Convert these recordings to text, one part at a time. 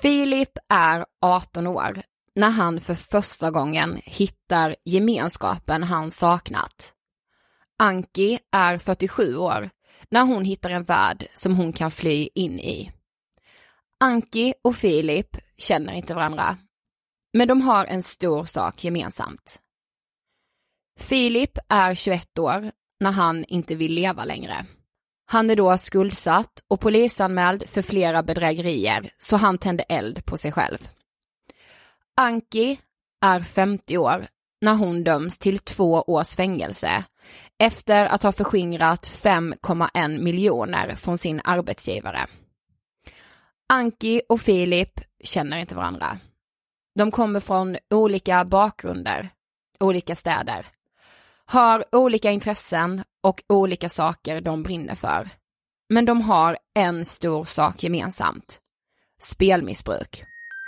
Filip är 18 år när han för första gången hittar gemenskapen han saknat. Anki är 47 år när hon hittar en värld som hon kan fly in i. Anki och Filip känner inte varandra, men de har en stor sak gemensamt. Filip är 21 år när han inte vill leva längre. Han är då skuldsatt och polisanmäld för flera bedrägerier, så han tände eld på sig själv. Anki är 50 år när hon döms till 2 års fängelse efter att ha förskingrat 5,1 miljoner från sin arbetsgivare. Anki och Filip känner inte varandra. De kommer från olika bakgrunder, olika städer, har olika intressen och olika saker de brinner för. Men de har en stor sak gemensamt: spelmissbruk.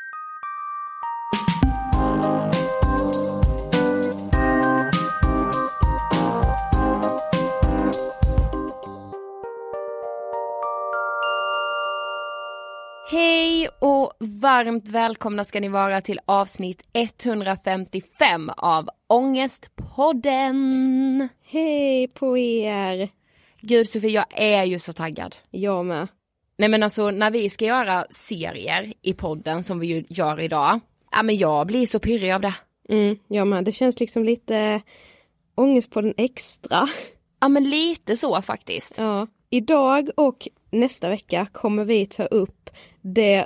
Hej och varmt välkomna ska ni vara till avsnitt 155 av Ångestpodden. Hej på er. Gud Sofie, jag är ju så taggad. Jag med. Nej men alltså, när vi ska göra serier i podden som vi ju gör idag, ja men jag blir så pirrig av det. Jag med. Det känns liksom lite Ångestpodden extra. Ja men lite så faktiskt. Ja. Idag och nästa vecka kommer vi ta upp det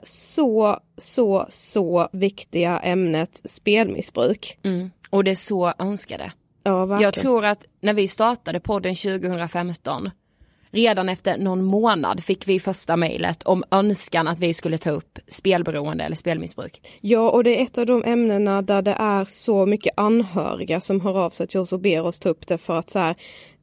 så viktiga ämnet spelmissbruk. Och det är så önskade. Ja, verkligen. Jag tror att när vi startade podden 2015, redan efter någon månad fick vi första mejlet om önskan att vi skulle ta upp spelberoende eller spelmissbruk. Ja, och det är ett av de ämnena där det är så mycket anhöriga som hör av sig till oss och ber oss ta upp det för att så här,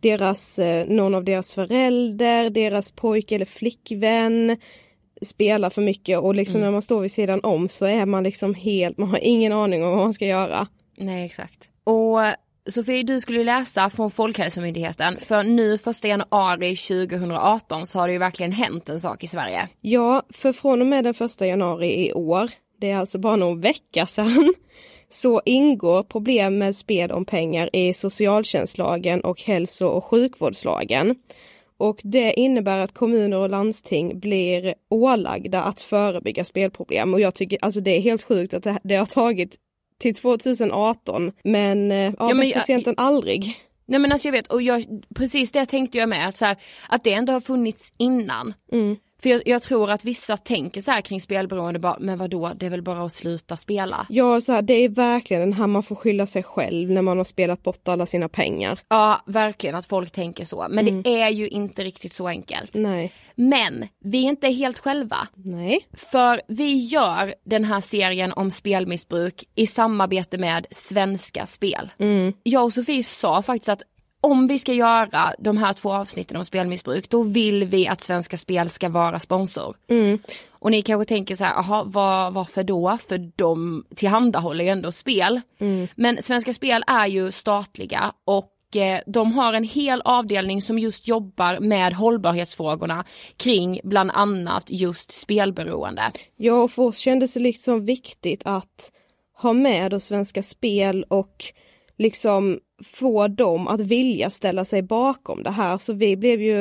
någon av deras förälder, deras pojke eller flickvän spelar för mycket och liksom när man står vid sidan om så är man liksom man har ingen aning om vad man ska göra. Nej, exakt. Och Sofie, du skulle ju läsa från Folkhälsomyndigheten, för nu 1 januari 2018 så har det ju verkligen hänt en sak i Sverige. Ja, för från och med den 1 januari i år, det är alltså bara någon vecka sedan, så ingår problem med spel om pengar i socialtjänstlagen och hälso- och sjukvårdslagen. Och det innebär att kommuner och landsting blir ålagda att förebygga spelproblem. Och jag tycker, alltså det är helt sjukt att det har tagit till 2018, men bättre sent än aldrig. Nej men alltså jag vet, och precis det tänkte jag med, att det ändå har funnits innan. För jag tror att vissa tänker så här kring spelberoende, bara, men vadå, det är väl bara att sluta spela. Ja, så här, det är verkligen den här man får skylla sig själv när man har spelat bort alla sina pengar. Ja, verkligen att folk tänker så. Men det är ju inte riktigt så enkelt. Nej. Men vi är inte helt själva. Nej. För vi gör den här serien om spelmissbruk i samarbete med Svenska Spel. Jag och Sofie sa faktiskt att om vi ska göra de här 2 avsnitten om spelmissbruk, då vill vi att Svenska Spel ska vara sponsor. Och ni kanske tänker så här, varför då? För de tillhandahåller ju ändå spel. Men Svenska Spel är ju statliga och de har en hel avdelning som just jobbar med hållbarhetsfrågorna kring bland annat just spelberoende. Ja, och för oss kändes det liksom viktigt att ha med Svenska Spel och liksom få dem att vilja ställa sig bakom det här. Så vi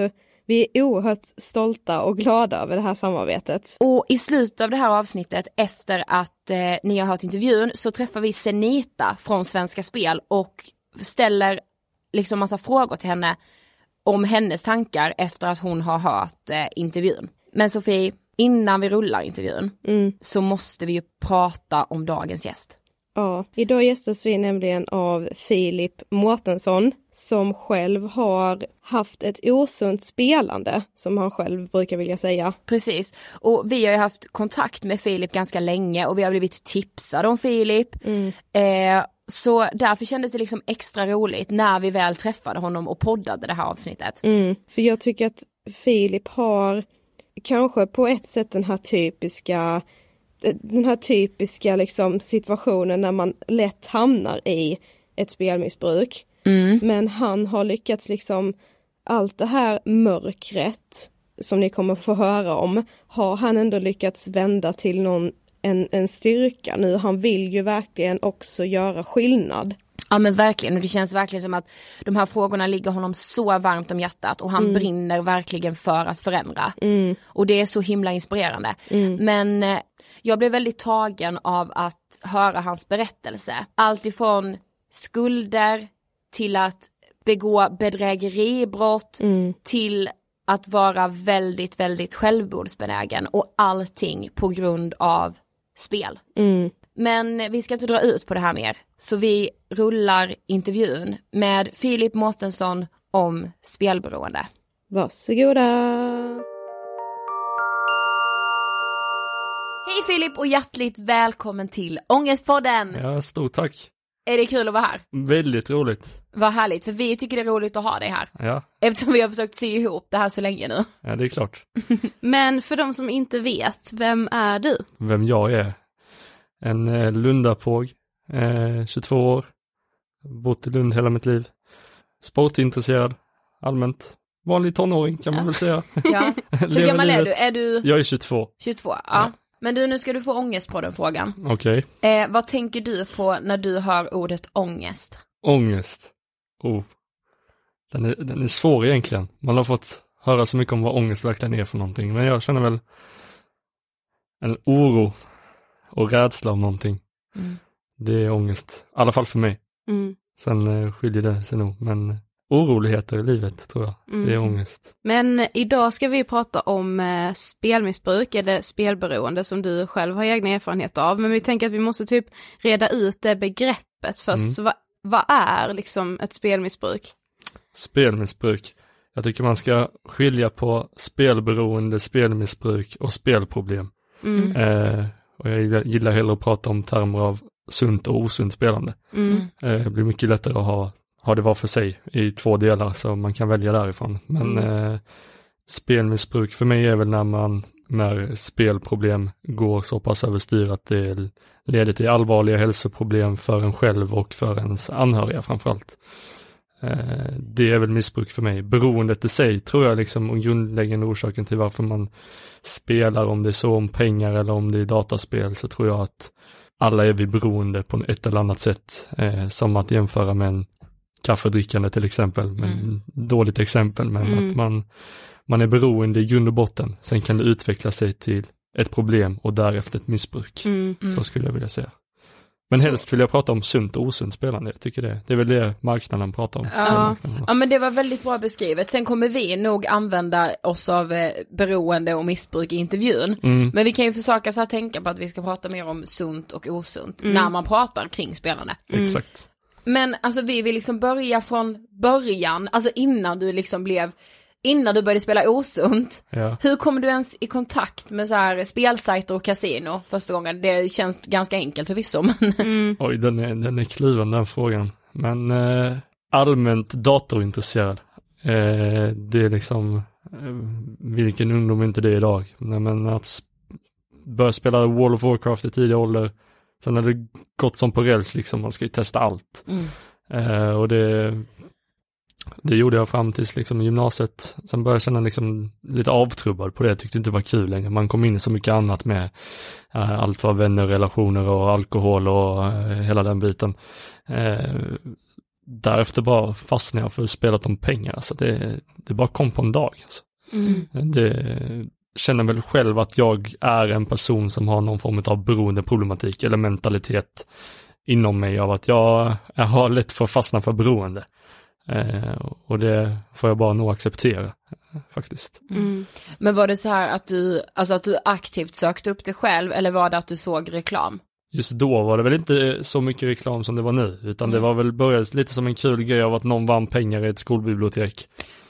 är oerhört stolta och glada över det här samarbetet. Och i slutet av det här avsnittet, efter att ni har hört intervjun, så träffar vi Senita från Svenska Spel och ställer liksom massa frågor till henne om hennes tankar efter att hon har hört intervjun. Men Sofie, innan vi rullar intervjun så måste vi ju prata om dagens gäst. Ja, idag gästas vi nämligen av Filip Mårtensson som själv har haft ett osunt spelande, som han själv brukar vilja säga. Precis, och vi har ju haft kontakt med Filip ganska länge och vi har blivit tipsade om Filip. Så därför kändes det liksom extra roligt när vi väl träffade honom och poddade det här avsnittet. För jag tycker att Filip har kanske på ett sätt den här typiska liksom situationen när man lätt hamnar i ett spelmissbruk. Men han har lyckats liksom, allt det här mörkret som ni kommer få höra om, har han ändå lyckats vända till någon en styrka nu. Han vill ju verkligen också göra skillnad. Ja men verkligen, och det känns verkligen som att de här frågorna ligger honom så varmt om hjärtat och han brinner verkligen för att förändra. Och det är så himla inspirerande. Men jag blev väldigt tagen av att höra hans berättelse. Allt ifrån skulder till att begå bedrägeribrott till att vara väldigt, väldigt självmordsbenägen, och allting på grund av spel. Men vi ska inte dra ut på det här mer, så vi rullar intervjun med Filip Mårtensson om spelberoende. Varsågoda! Hej Filip och hjärtligt välkommen till Ångestpodden! Ja, stort tack. Är det kul att vara här? Väldigt roligt. Vad härligt, för vi tycker det är roligt att ha dig här. Ja. Eftersom vi har försökt sy ihop det här så länge nu. Ja, det är klart. Men för de som inte vet, vem är du? Vem jag är? En Lundapåg, 22 år, bott i Lund hela mitt liv. Sportintresserad, allmänt. Vanlig tonåring kan man väl säga. Ja. Hur gammal är du? Jag är 22. 22, ja. Men du, nu ska du få ångest på den frågan. Okej. Vad tänker du på när du hör ordet ångest? Ångest. Den är svår egentligen. Man har fått höra så mycket om vad ångest verkligen är för någonting. Men jag känner väl en oro och rädsla om någonting. Det är ångest. I alla fall för mig. Sen skiljer det sig nog. Men oroligheter i livet tror jag. Det är ångest. Men idag ska vi prata om spelmissbruk eller spelberoende som du själv har egna erfarenheter av. Men vi tänker att vi måste typ reda ut det begreppet först. Så vad är liksom ett spelmissbruk? Spelmissbruk. Jag tycker man ska skilja på spelberoende, spelmissbruk och spelproblem. Och jag gillar hellre att prata om termer av sunt och osunt spelande. Det blir mycket lättare att ha det var för sig i 2 delar så man kan välja därifrån. Men spelmissbruk för mig är väl när spelproblem går så pass överstyr att det leder till allvarliga hälsoproblem för en själv och för ens anhöriga framförallt. Det är väl missbruk för mig. Beroendet i sig tror jag liksom är grundläggande orsaken till varför man spelar, om det är så om pengar eller om det är dataspel, så tror jag att alla är vi beroende på ett eller annat sätt. Som att jämföra med en kaffedrickande till exempel, men dåligt exempel, men att man är beroende i grund och botten. Sen kan det utveckla sig till ett problem och därefter ett missbruk. Så skulle jag vilja säga. Men helst vill jag prata om sunt och osunt spelande. Jag tycker det är väl det marknaden pratar om. Ja, men det var väldigt bra beskrivet. Sen kommer vi nog använda oss av beroende och missbruk i intervjun. Men vi kan ju försöka så här tänka på att vi ska prata mer om sunt och osunt när man pratar kring spelande. Exakt. Men alltså vi vill liksom börja från början, alltså innan du började spela osunt. Ja. Hur kom du ens i kontakt med så här spelsajter och kasino första gången? Det känns ganska enkelt förvisso, men... Oj, den är kluven den frågan. Men allmänt datorintresserad. Det är liksom vilken ungdom är inte det idag. Men att börja spela World of Warcraft i tidig ålder. Sen har det gått som på räls liksom, man ska ju testa allt. Och det gjorde jag fram tills liksom gymnasiet. Sen började jag känna liksom lite avtrubbad på det. Jag tyckte inte det var kul längre. Man kom in i så mycket annat med allt var vänner, relationer och alkohol och hela den biten. Därefter bara fastnade jag för spelat om pengar. Alltså det bara kom på en dag. Alltså. Det känner väl själv att jag är en person som har någon form av beroendeproblematik eller mentalitet inom mig av att jag har lätt för att fastna för beroende. Och det får jag bara nog acceptera faktiskt. Men var det så här att du aktivt sökte upp det själv, eller var det att du såg reklam? Just då var det väl inte så mycket reklam som det var nu, utan det var väl börjat lite som en kul grej av att någon vann pengar i ett skolbibliotek.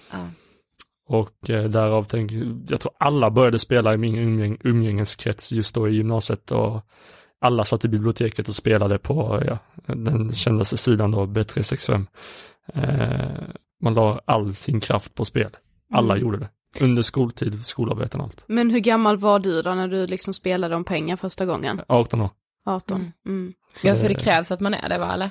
Och därav jag tror alla började spela i min umgängeskrets just då i gymnasiet, och alla satt i biblioteket och spelade på den kändaste sidan då, Bet365. Man la all sin kraft på spel. Alla gjorde det. Under skoltid, skolarbeten och allt. Men hur gammal var du då när du liksom spelade om pengar första gången? 18 år. 18. Ja, för det krävs att man är det, va, eller?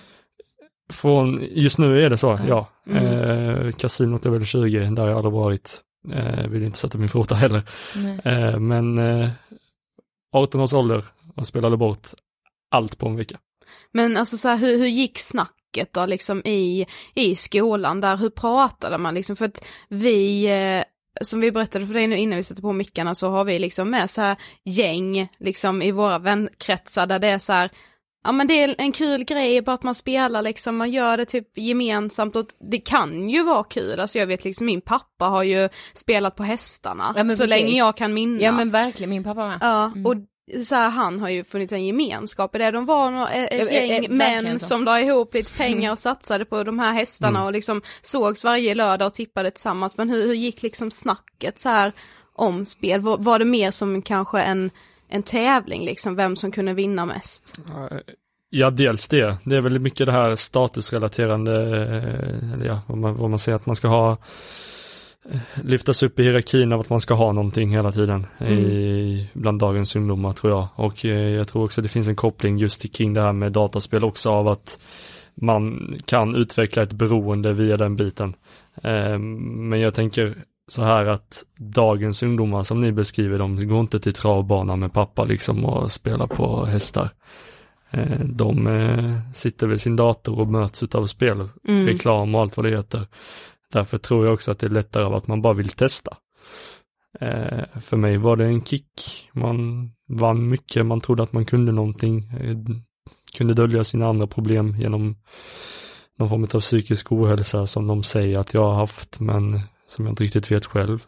Just nu är det så, ja. Kasinot är väl 20, där jag aldrig varit. Vill inte sätta min fot heller. Men 18 års ålder och spelade bort allt på en vecka. Men alltså så här, hur gick snacket då liksom i skolan där? Hur pratade man liksom? För att vi, som vi berättade för dig nu innan vi sätter på mickarna, så har vi liksom med så här gäng liksom i våra vänkretsar där det är så här, ja men det är en kul grej bara att man spelar liksom, man gör det typ gemensamt och det kan ju vara kul. Alltså jag vet liksom, min pappa har ju spelat på hästarna så precis. Länge jag kan minnas. Ja men verkligen, min pappa med. Ja, och så här, han har ju funnits en gemenskap i det. De var ett gäng män som la ihop lite pengar och satsade på de här hästarna och liksom sågs varje lördag och tippade tillsammans. Men hur gick liksom snacket så här om spel? Var det mer som kanske en tävling liksom, vem som kunde vinna mest? Ja, dels det. Det är väl mycket det här statusrelaterande, eller ja, vad man säger att man ska ha, lyftas upp i hierarkin av att man ska ha någonting hela tiden bland dagens ungdomar, tror jag. Och jag tror också det finns en koppling just kring det här med dataspel också, av att man kan utveckla ett beroende via den biten. Men jag tänker så här att dagens ungdomar som ni beskriver, de går inte till travbanan med pappa liksom och spelar på hästar. De sitter vid sin dator och möts av spel, reklam och allt vad det heter. Därför tror jag också att det är lättare av att man bara vill testa. För mig var det en kick. Man vann mycket, man trodde att man kunde någonting. Kunde dölja sina andra problem genom någon form av psykisk ohälsa som de säger att jag har haft, men som jag inte riktigt vet själv.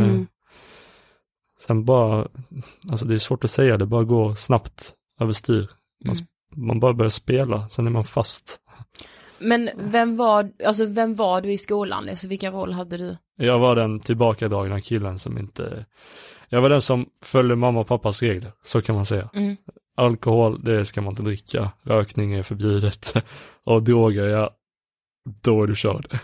Sen bara, alltså det är svårt att säga, det bara går snabbt överstyr. Man bara börjar spela, sen är man fast. Men vem var du i skolan? Alltså, vilken roll hade du? Jag var den tillbakadragna killen som inte... Jag var den som följde mamma och pappas regler, så kan man säga. Alkohol, det ska man inte dricka. Rökning är förbjudet. Och droger, ja, då är du körd.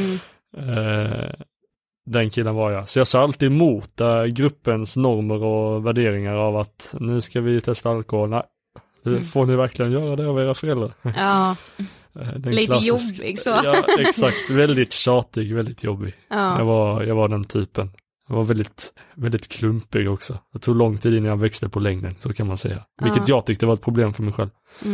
Den killen var jag. Så jag sa alltid emot gruppens normer och värderingar av att nu ska vi testa alkohol. Nej, får ni verkligen göra det av era föräldrar? Ja. Lite jobbig så. Ja, exakt. Väldigt tjatig, väldigt jobbig. Ja. Jag var den typen. Jag var väldigt, väldigt klumpig också. Det tog lång tid innan jag växte på längden, så kan man säga. Vilket jag tyckte var ett problem för mig själv.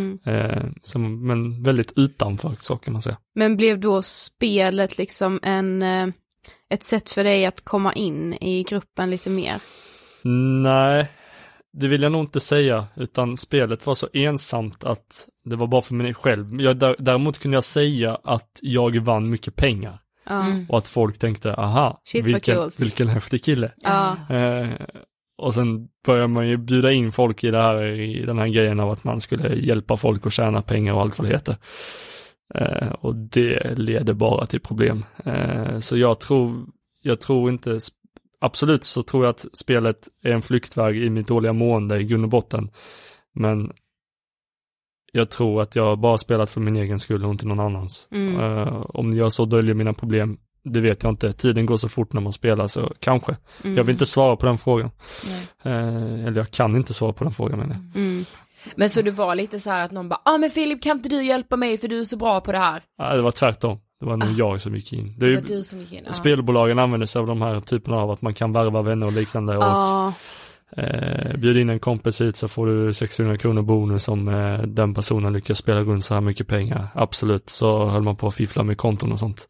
Men väldigt utanför, så kan man säga. Men blev då spelet liksom ett sätt för dig att komma in i gruppen lite mer? Nej, det vill jag nog inte säga, utan spelet var så ensamt att det var bara för mig själv. Däremot kunde jag säga att jag vann mycket pengar. Och att folk tänkte, aha, vilken häftig kille. Och sen börjar man ju bjuda in folk i den här grejen av att man skulle hjälpa folk att tjäna pengar och allt vad det heter. Och det leder bara till problem. Så jag tror inte... Absolut så tror jag att spelet är en flyktväg i mitt dåliga mående i grund och botten. Men jag tror att jag bara spelat för min egen skull och inte någon annans. Om jag så döljer mina problem, det vet jag inte. Tiden går så fort när man spelar, så kanske. Jag vill inte svara på den frågan. Eller jag kan inte svara på den frågan, menar jag. Men så det var lite så här att någon bara, men Filip, kan inte du hjälpa mig för du är så bra på det här? Ja, det var tvärtom. Det var nog jag som gick in. Det var du som gick in. Spelbolagen använder sig av de här typerna av att man kan värva vänner och liknande. Och bjud in en kompis hit så får du 600 kronor bonus om den personen lyckas spela runt så här mycket pengar. Absolut, så höll man på att fiffla med konton och sånt.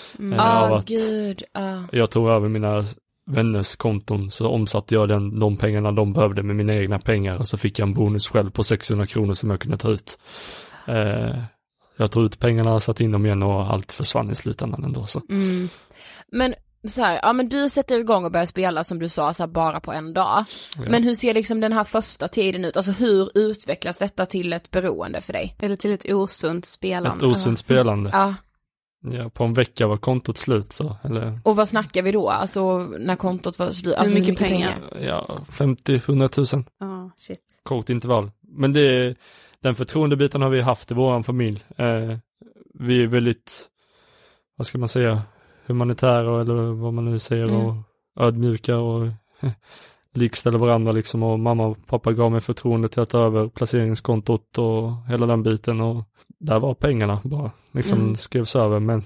Jag tog över mina vänners konton, så omsatte jag de pengarna de behövde med mina egna pengar, och så fick jag en bonus själv på 600 kronor som jag kunde ta ut. Jag tog ut pengarna, satt in dem igen och allt försvann i slutändan ändå. Så. Men så här, men du sätter igång och börjar spela som du sa så här, bara på en dag. Men hur ser liksom den här första tiden ut? Alltså hur utvecklas detta till ett beroende för dig? Eller till ett osunt spelande? Ett osunt spelande? Ja, på en vecka var kontot slut så. Eller... Och vad snackar vi då? Alltså när kontot var slut? Alltså, hur mycket pengar? Ja, 50-100 000. Shit. Kort intervall. Men den förtroendebiten har vi haft i vår familj. Vi är väldigt, vad ska man säga, humanitära eller vad man nu säger, och ödmjuka och likställer varandra liksom, och mamma och pappa gav mig förtroende till att ta över placeringskontot och hela den biten, och där var pengarna bara liksom skrevs över, men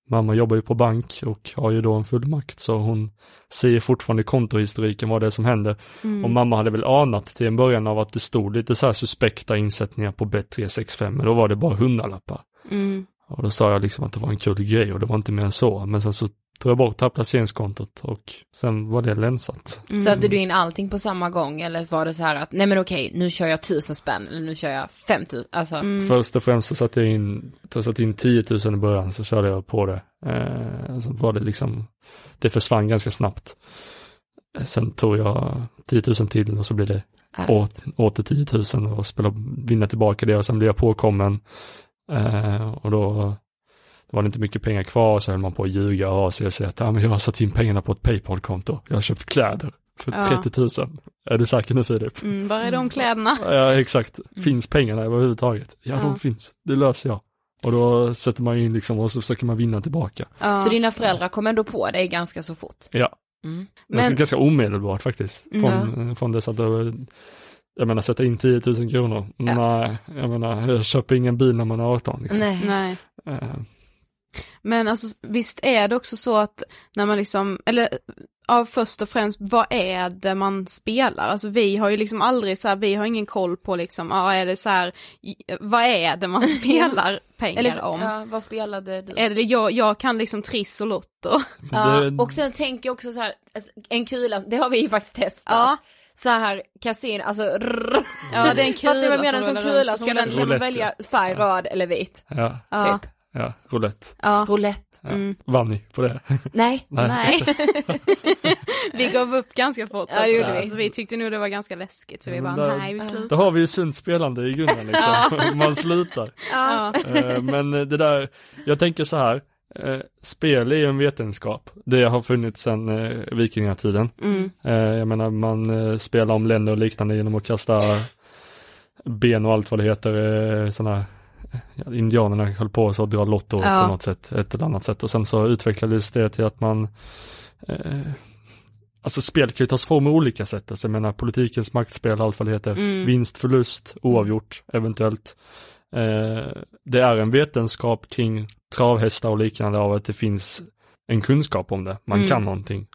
mamma jobbar ju på bank och har ju då en fullmakt, så hon ser fortfarande kontohistoriken vad det är som händer. Och mamma hade väl anat till en början av att det stod lite så här suspekta insättningar på Bet365, men då var det bara 100-lappar. Och då sa jag liksom att det var en kul grej och det var inte mer än så. Men sen så tog jag bort det här placeringskontot och sen var det länsat. Satte du in allting på samma gång eller var det så här att nej men okej, nu kör jag 1000 spänn eller nu kör jag 5000, alltså. Först och främst så satte jag in 10 000 i början, så körde jag på det. Så var det liksom, det försvann ganska snabbt. Sen tog jag 10 000 till och så blev det åter 10 000 och vinna tillbaka det och sen blev jag påkommen. Och då var det inte mycket pengar kvar, så höll man på att ljuga och säga att men jag har satt in pengarna på ett PayPal-konto. Jag har köpt kläder för 30 000. Är du säker nu, Filip? Var är de kläderna? Ja, exakt. Finns pengarna överhuvudtaget? Ja, de finns. Det löser jag. Och då sätter man in liksom och så försöker man vinna tillbaka. Så dina föräldrar kom ändå på dig ganska så fort? Ja. Men ganska omedelbart faktiskt. Från det så att jag menar, sätta in 10 000 kronor. Ja. Nej, jag menar, jag köper ingen bil när man är 18. Liksom. Nej. Men alltså, visst är det också så att när man liksom, eller först och främst, vad är det man spelar? Alltså vi har ju liksom aldrig så här, vi har ingen koll på liksom, är det så här, vad är det man spelar pengar eller, om? Ja, vad spelade du? Är det jag kan liksom Triss och Lotto. Och sen tänker jag också så här, en kula, det har vi ju faktiskt testat. Så här kasin, alltså ja, det är en kula. Vad menar som kula, ska den välja färg, röd eller vit? Ja. Typ. Ja, roulette. Ja. Roulette. Ja. Vann ni på det? Nej. Vi gav upp ganska fort. Ja, det gjorde vi. Alltså, vi tyckte nog det var ganska läskigt. Så vi bara, nej, vi slutar. Då har vi ju sunt spelande i grunden liksom. Man slutar. Men det där, jag tänker så här. Spel är ju en vetenskap. Det har funnits sedan vikingatiden. Jag menar, man spelar om länder och liknande genom att kasta ben och allt vad det heter, sådana. Indianerna höll på att dra lotto på något sätt, ett eller annat sätt, och sen så utvecklades det till att man alltså spel kan ju tas form i olika sätt, alltså jag menar politikens maktspel, allt vad det heter, vinst, förlust, oavgjort eventuellt. Det är en vetenskap kring travhästar och liknande av att det finns en kunskap om det, man kan någonting.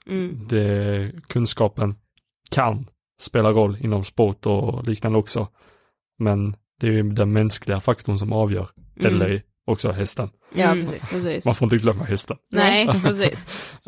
Kunskapen kan spela roll inom sport och liknande också, men det är ju den mänskliga faktorn som avgör. Eller också hästen. Ja, precis. Man får inte glömma hästen. Nej, precis.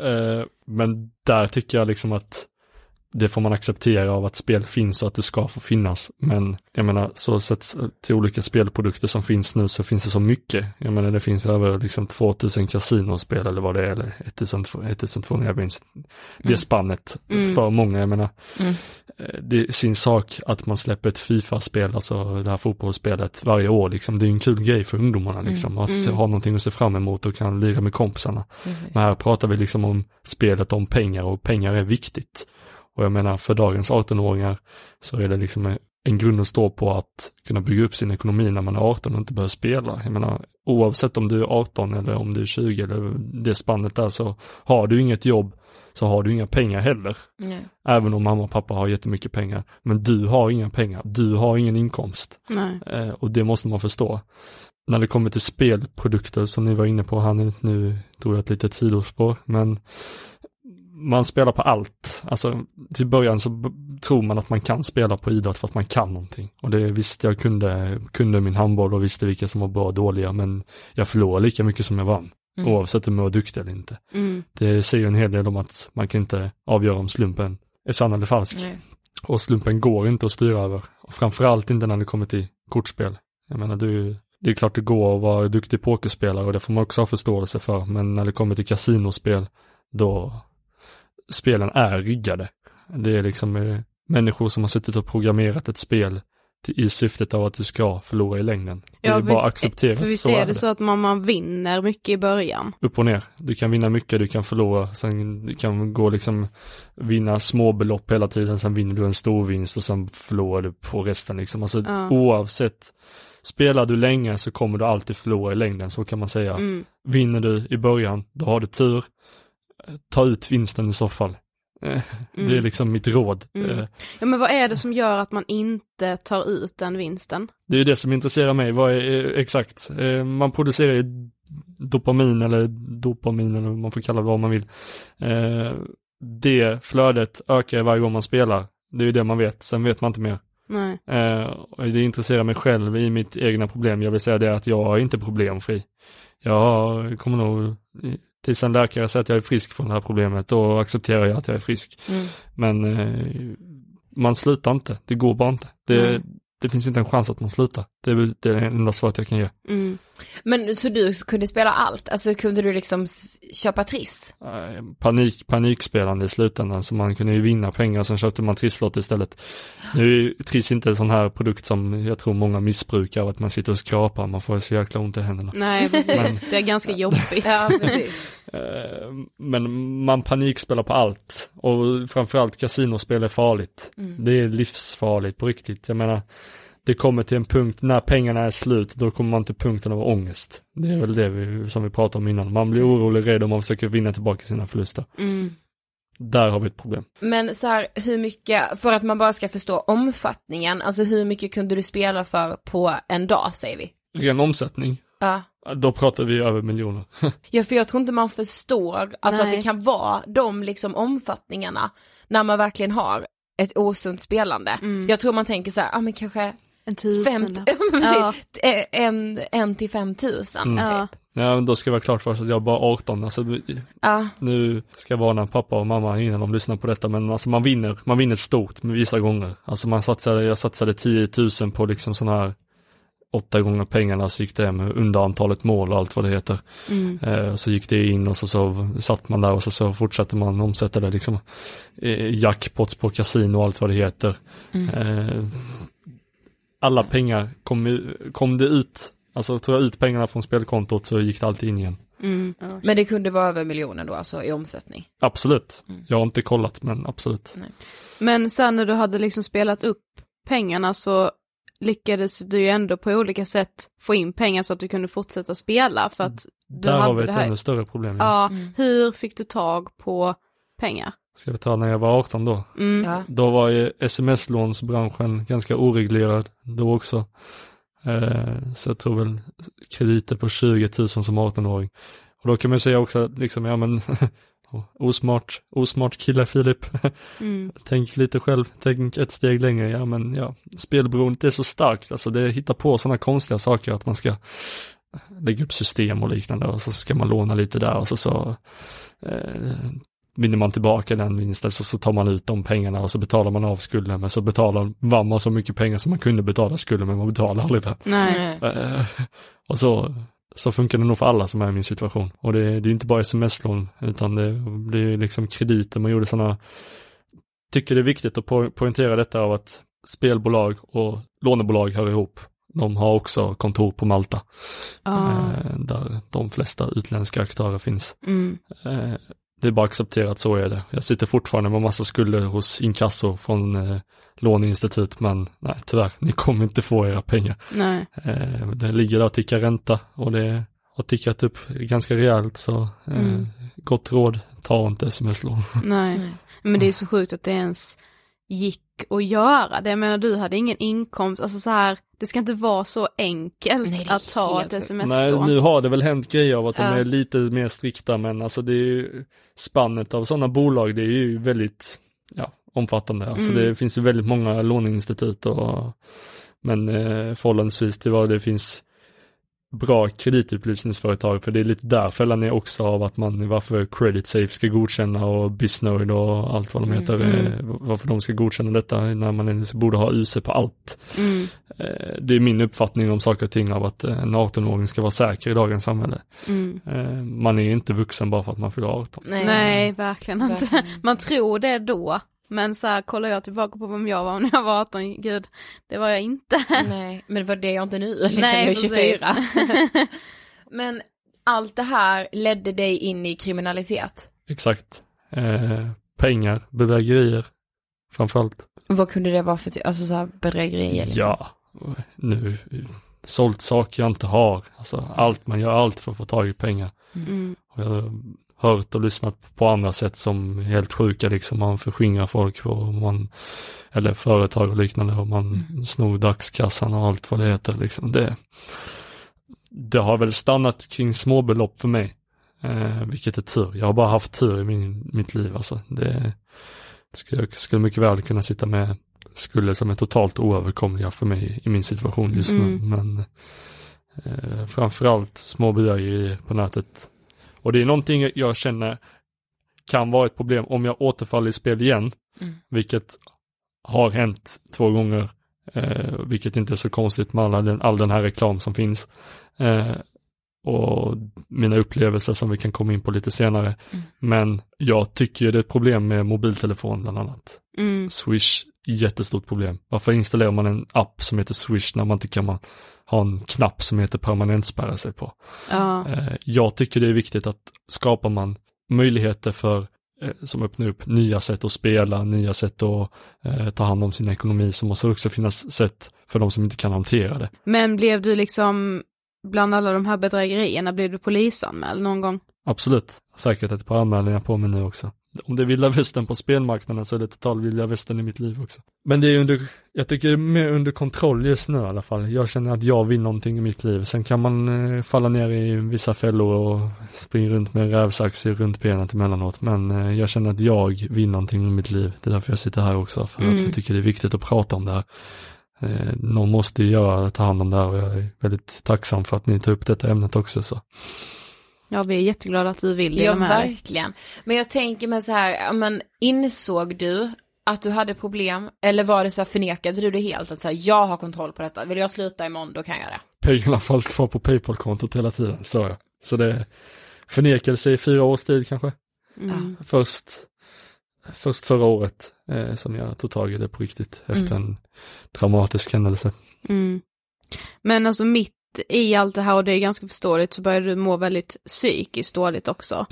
Men där tycker jag liksom att det får man acceptera av att spel finns och att det ska få finnas. Men jag menar, så sett till olika spelprodukter som finns nu så finns det så mycket. Jag menar, det finns över liksom 2000 kasinospel eller vad det är, eller 1200, jag minns det spannet för många. Jag menar, det är sin sak att man släpper ett FIFA-spel, alltså det här fotbollsspelet varje år liksom. Det är ju en kul grej för ungdomarna liksom, att ha någonting att se fram emot och kan lira med kompisarna. Men här pratar vi liksom om spelet om pengar, och pengar är viktigt. Och jag menar, för dagens 18-åringar så är det liksom en grund att stå på att kunna bygga upp sin ekonomi när man är 18 och inte börja spela. Jag menar, oavsett om du är 18 eller om du är 20 eller det spannet där, så har du inget jobb så har du inga pengar heller. Nej. Även om mamma och pappa har jättemycket pengar. Men du har inga pengar. Du har ingen inkomst. Nej. Och det måste man förstå. När det kommer till spelprodukter som ni var inne på här nu tror jag ett litet sidospår, men man spelar på allt. Alltså till början så tror man att man kan spela på idrott för att man kan någonting. Och det visste jag kunde min handboll och visste vilka som var bra och dåliga, men jag förlorade lika mycket som jag vann. Oavsett om jag var duktig eller inte. Det säger en hel del om att man kan inte avgöra om slumpen är sann eller falsk. Och slumpen går inte att styra över. Och framförallt inte när det kommer till kortspel. Jag menar, det är klart det går att vara duktig pokerspelare och det får man också ha förståelse för. Men när det kommer till kasinospel, då spelen är riggade. Det är liksom människor som har suttit och programmerat ett spel i syftet av att du ska förlora i längden. Det är bara accepterat. För visst är det så att man vinner mycket i början. Upp och ner. Du kan vinna mycket, du kan förlora. Sen du kan gå liksom vinna små belopp hela tiden. Sen vinner du en stor vinst och sen förlorar du på resten liksom. Alltså oavsett, spelar du länge så kommer du alltid förlora i längden, så kan man säga. Vinner du i början, då har du tur. Ta ut vinsten i så fall. Det är liksom mitt råd. Ja, men vad är det som gör att man inte tar ut den vinsten? Det är ju det som intresserar mig. Vad är exakt? Man producerar ju dopamin eller man får kalla det vad man vill. Det flödet ökar varje gång man spelar. Det är ju det man vet, sen vet man inte mer. Nej. Det intresserar mig själv i mitt egna problem. Jag vill säga det att jag är inte problemfri. Jag kommer nog tills en läkare säger att jag är frisk från det här problemet, då accepterar jag att jag är frisk. Men man slutar inte, det går bara inte. Det finns inte en chans att man slutar. Det är det enda svaret jag kan ge. Men så du kunde spela allt? Alltså kunde du liksom köpa triss? Panikspelande i slutändan, så man kunde ju vinna pengar, sen köpte man trisslott istället. Nu är triss inte en sån här produkt som jag tror många missbrukar, att man sitter och skrapar, man får så jäkla ont i händerna. Nej, precis. Det är ganska jobbigt. Ja, precis. Men man panikspelar på allt, och framförallt kasinospel är farligt. Det är livsfarligt på riktigt. Jag menar, det kommer till en punkt när pengarna är slut, då kommer man till punkten av ångest. Det är väl det som vi pratade om innan. Man blir orolig, rädd om man försöker vinna tillbaka sina förluster. Där har vi ett problem. Men så här, hur mycket, för att man bara ska förstå omfattningen, alltså hur mycket kunde du spela för på en dag, säger vi? Ren omsättning? Ja. Då pratar vi över miljoner. Ja, för jag tror inte man förstår alltså att det kan vara de liksom omfattningarna när man verkligen har ett osunt spelande. Jag tror man tänker så här, men kanske 1000. en till 5000 typ. Ja, då ska jag vara klart för att jag är bara 18. Alltså, nu ska jag varna pappa och mamma innan de lyssnar på detta, men alltså man vinner stort med vissa gånger. Alltså jag satsade 10 000 på liksom sån här 8 gånger pengarna, så gick det med under antalet mål och allt vad det heter. Så gick det in och så satt man där och så fortsatte man omsätta det liksom. Jackpots på kasino och allt vad det heter. Alla pengar kom det ut. Alltså tog jag ut pengarna från spelkontot så gick det alltid in igen. Men det kunde vara över miljoner då, alltså i omsättning? Absolut. Jag har inte kollat, men absolut. Nej. Men sen när du hade liksom spelat upp pengarna så lyckades du ju ändå på olika sätt få in pengar så att du kunde fortsätta spela, för att du där hade har vi ett det här. ännu större problem. Ja, hur fick du tag på pengar? Ska vi ta när jag var 18 då? Ja. Då var ju sms-lånsbranschen ganska oreglerad då också. Så jag tror väl krediter på 20 000 som 18-åring. Och då kan man säga också att liksom, ja men osmart kille Filip. Tänk lite själv, tänk ett steg längre. Ja men ja, spelberoendet är så starkt. Alltså det hittar på sådana konstiga saker att man ska lägga upp system och liknande, och så ska man låna lite där och så vinner man tillbaka den vinsten, så tar man ut de pengarna och så betalar man av skulden, men så betalar man så mycket pengar som man kunde betala skulden, men man betalar aldrig det. Nej. Och så funkar det nog för alla som är i min situation. Och det är inte bara sms-lån, utan det blir liksom krediter. Man gjorde sådana, tycker det är viktigt att poängtera detta av att spelbolag och lånebolag hör ihop. De har också kontor på Malta. Där de flesta utländska aktörer finns. Det är bara accepterat, så är det. Jag sitter fortfarande med massa skulder hos inkasso från låneinstitut, men nej, tyvärr, ni kommer inte få era pengar. Nej. Det ligger där och tickar ränta, och det har tickat upp ganska rejält, så gott råd, ta inte sms-lån. Nej, men det är så sjukt att det ens gick att göra det. Jag menar, du hade ingen inkomst, alltså så här, det ska inte vara så enkelt att ta ett sms-lån. Nej, nu har det väl hänt grejer av att de är lite mer strikta, men alltså det är ju spannet av sådana bolag, det är ju väldigt omfattande. Alltså det finns ju väldigt många låneinstitut, men förhållandevis till vad det finns bra kreditupplysningsföretag, för det är lite där fällan är också av att varför Credit Safe ska godkänna och Bisnode och allt vad de heter, varför de ska godkänna detta när man borde ha UC på allt. Det är min uppfattning om saker och ting, av att en 18-åring ska vara säker i dagens samhälle. Man är inte vuxen bara för att man fyller 18. Nej, verkligen inte. Man tror det då. Men så här, kollar jag tillbaka på vem jag var när jag var 18, gud, det var jag inte. Nej, men det var det jag inte nu, liksom. Nej, jag är 24. Men allt det här ledde dig in i kriminalitet? Exakt. Pengar, bedrägerier, framförallt. Vad kunde det vara för alltså så här bedrägerier? Liksom? Ja, nu sålt saker jag inte har. Alltså man gör allt för att få tag i pengar. Och jag hört och lyssnat på andra sätt som är helt sjuka, liksom man förskingrar folk eller företag och liknande, och man snor dagskassan och allt vad det heter liksom. det har väl stannat kring småbelopp för mig. Vilket är tur. Jag har bara haft tur i mitt liv. Alltså. Jag skulle mycket väl kunna sitta med skulder som är totalt oöverkomliga för mig i min situation just nu. Men framförallt små bedrägerier på nätet. Och det är någonting jag känner kan vara ett problem om jag återfaller i spel igen. Vilket har hänt 2 gånger. Vilket inte är så konstigt med all den här reklam som finns. Och mina upplevelser som vi kan komma in på lite senare. Men jag tycker det är ett problem med mobiltelefon bland annat. Swish, jättestort problem. Varför installerar man en app som heter Swish när man inte kan ha en knapp som heter permanentspärra sig på? Jag tycker det är viktigt att skapar man möjligheter för som öppnar upp nya sätt att spela, nya sätt att ta hand om sin ekonomi, så måste det också finnas sätt för de som inte kan hantera det. Men blev du liksom bland alla de här bedrägerierna, blev du polisanmäld någon gång? Absolut. Säkert ett par anmälningar på mig nu också. Om det är vilda västern på spelmarknaden så är det total vilda västern i mitt liv också. Men det är jag tycker det är mer under kontroll just nu i alla fall. Jag känner att jag vill någonting i mitt liv. Sen kan man falla ner i vissa fällor och springa runt med rävsax runt benet emellanåt. Men jag känner att jag vill någonting i mitt liv. Det är därför jag sitter här också. För att jag tycker det är viktigt att prata om det här. Någon måste ta hand om det här och jag är väldigt tacksam för att ni tar upp detta ämnet också. Så. Ja, vi är jätteglada att du vill det. Ja, verkligen. Men jag tänker mig så här, men insåg du att du hade problem? Eller var det så här, förnekade du det helt? Att så här, jag har kontroll på detta. Vill jag sluta imorgon, då kan jag det. Pengarna fanns kvar på PayPal-kontot hela tiden, så jag. Så det förnekelse i 4 års tid kanske. Först förra året som jag tog tag i det på riktigt. Efter en traumatisk händelse. Men alltså mitt i allt det här, och det är ganska förståeligt, så börjar du må väldigt psykiskt dåligt också.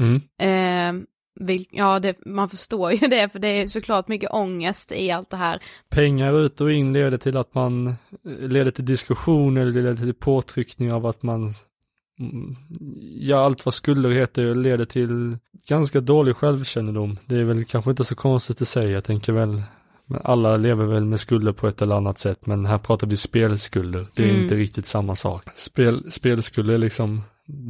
Man förstår ju det, för det är såklart mycket ångest i allt det här. Pengar ut och in leder till att man leder till diskussioner, leder till påtryckning av att man allt vad skulder heter leder till ganska dålig självkännedom. Det är väl kanske inte så konstigt att säga, jag tänker väl. Men alla lever väl med skulder på ett eller annat sätt, men här pratar vi spelskulder. Det är inte riktigt samma sak. Spelskulder är liksom,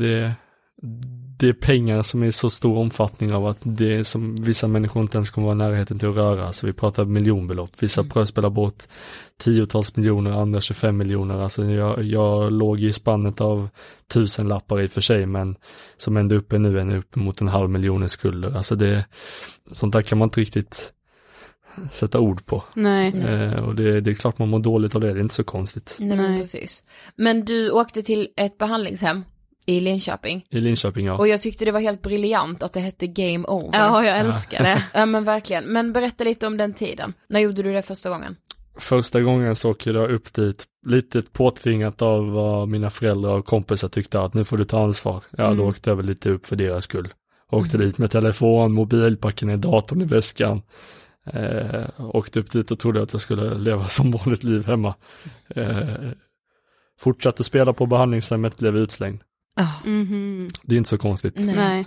det är pengar som är i så stor omfattning av att det är som vissa människor inte ens kommer vara närheten till att röra. Så vi pratar miljonbelopp. Vissa spelar bort 10-tals miljoner, andra 25 miljoner. Alltså jag låg i spannet av 1000 lappar i och för sig, men som ändå uppe nu är uppe mot 500 000 skulder. Alltså sånt där kan man inte riktigt sätta ord på. Nej. Och det är klart man mår dåligt av det, det är inte så konstigt. Nej, precis. Men du åkte till ett behandlingshem i Linköping. I Linköping, ja. Och jag tyckte det var helt briljant att det hette Game Over. Ja, jag älskar det. Ja, men verkligen. Men berätta lite om den tiden. När gjorde du det första gången? Första gången så åkte jag upp dit lite påtvingat av vad mina föräldrar och kompisar tyckte att nu får du ta ansvar. Ja, då åkte jag väl lite upp för deras skull. Åkte dit med telefon, mobilpacken i datorn i väskan. Åkte upp dit och trodde att jag skulle leva som vanligt liv hemma. Fortsatte spela på behandlingshemmet, blev utslängd. Det är inte så konstigt. Nej.